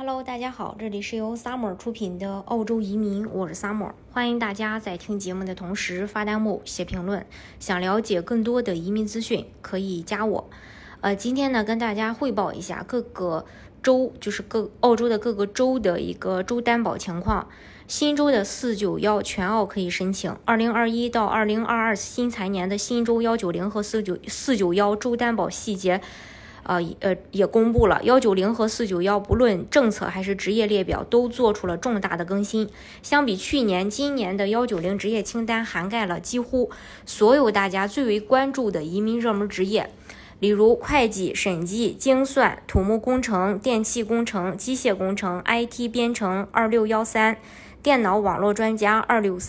Hello， 大家好，这里是由 Summer 出品的澳洲移民，我是 Summer， 欢迎大家在听节目的同时发弹幕、写评论。想了解更多的移民资讯，可以加我。今天呢，跟大家汇报一下各个州，就是澳洲的各个州的一个州担保情况。新州的491全澳可以申请，2021到2022新财年的新州190和491州担保细节。也公布了190和491，不论政策还是职业列表都做出了重大的更新。相比去年，今年的190职业清单涵盖了几乎所有大家最为关注的移民热门职业，例如会计、审计、精算、土木工程、电气工程、机械工程、IT 编程2613、电脑网络专家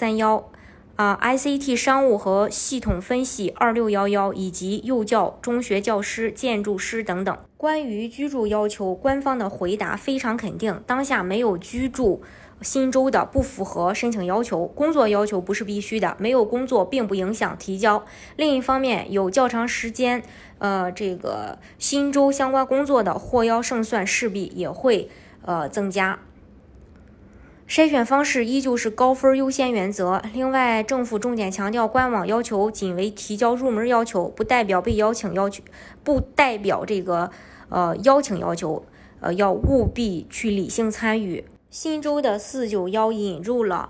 2631。ICT 商务和系统分析2611，以及幼教、中学教师、建筑师等等。关于居住要求，官方的回答非常肯定，当下没有居住新州的不符合申请要求，工作要求不是必须的，没有工作并不影响提交。另一方面，有较长时间新州相关工作的获邀胜算势必也会增加。筛选方式依旧是高分优先原则。另外，政府重点强调，官网要求仅为提交入门要求，不代表被邀请要求，不代表邀请要求，要务必去理性参与。新州的491引入了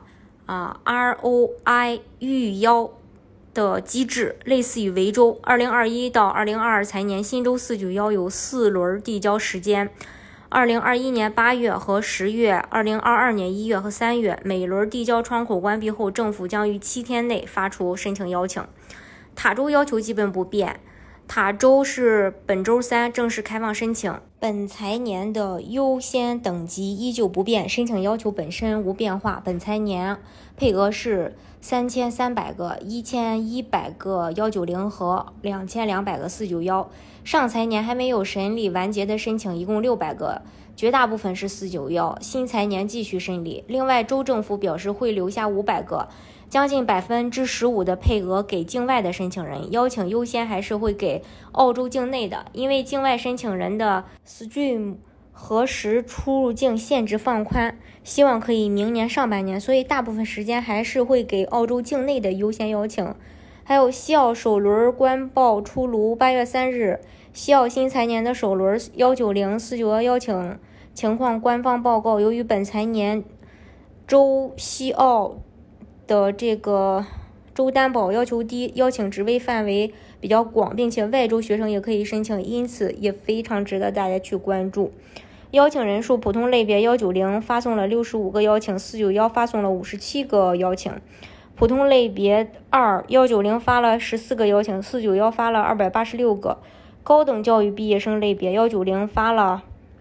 ROI 预邀的机制，类似于维州。2021到2022财年，新州491有4轮递交时间。2021年8月和10月，2022年1月和3月，每轮递交窗口关闭后，政府将于7天内发出申请邀请。塔州要求基本不变，塔州是本周3正式开放申请。本财年的优先等级依旧不变，申请要求本身无变化。本财年配额是3300个、1100个190和2200个491。上财年还没有审理完结的申请一共600个，绝大部分是491。新财年继续审理。另外，州政府表示会留下500个，将近15%的配额给境外的申请人，邀请优先还是会给澳洲境内的，因为境外申请人的 stream 核实出入境限制放宽，希望可以明年上半年，所以大部分时间还是会给澳洲境内的优先邀请。还有西澳首轮官报出炉，8月3日，西澳新财年的首轮190、491邀请情况官方报告。由于本财年州西澳的这个州担保要求低，邀请职位范围比较广，并且外州学生也可以申请，因此也非常值得大家去关注。邀请人数，普通类别190发送了65个邀请，491发送了57个邀请。普通类别190发了14个邀请，491发了286个。高等教育毕业生类别190发了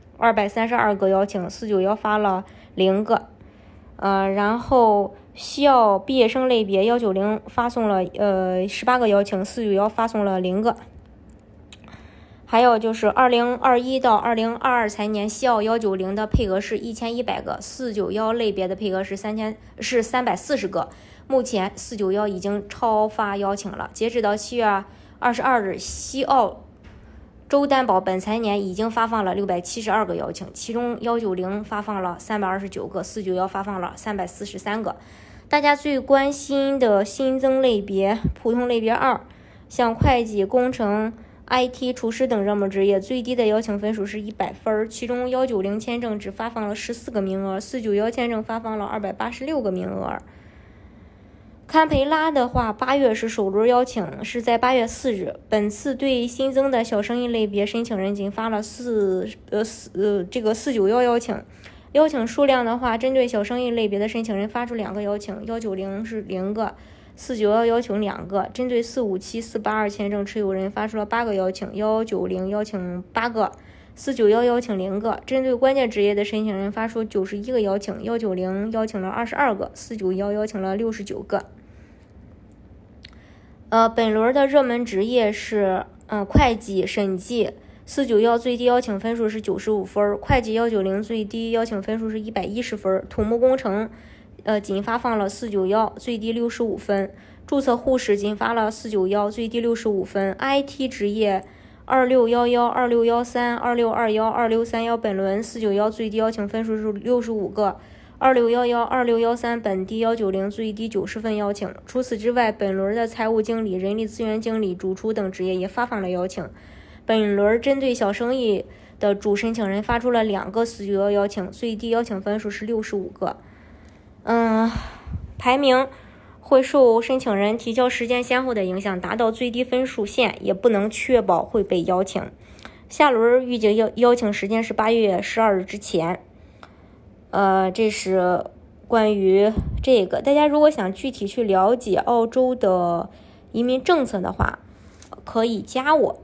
232个邀请，491发了0个。然后西澳毕业生类别190发送了18个邀请，491发送了0个。还有就是2021到2022财年，西澳190的配额是1100个，491类别的配额是340个。目前491已经超发邀请了。截止到7月22日，西澳州担保本财年已经发放了672个邀请，其中190发放了329个，491发放了343个。大家最关心的新增类别，普通类别2，像会计、工程、IT、厨师等热门职业，最低的邀请分数是100分，其中190签证只发放了14个名额，491签证发放了286个名额。堪培拉的话，8月是首轮邀请，是在8月4日。本次对新增的小生意类别申请人仅发了491邀请。邀请数量的话，针对小生意类别的申请人发出2个邀请，190是0个，491邀请2个。针对457、482签证持有人发出了8个邀请，190邀请8个，491邀请0个。针对关键职业的申请人发出91个邀请，190邀请了22个，491邀请了69个。本轮的热门职业是会计、审计。491最低邀请分数是95分，会计190最低邀请分数是110分，土木工程仅发放了491最低65分，注册护士仅发了491最低65分，IT 职业 2611、2613、2621、2631本轮491最低邀请分数是65个，2611、2613本地190最低90分邀请。除此之外，本轮的财务经理、人力资源经理、主厨等职业也发放了邀请。本轮针对小生意的主申请人发出了2个491邀请，最低邀请分数是65个。排名会受申请人提交时间先后的影响，达到最低分数线也不能确保会被邀请。下轮预计邀请时间是8月12日之前。这是关于这个。大家如果想具体去了解澳洲的移民政策的话，可以加我。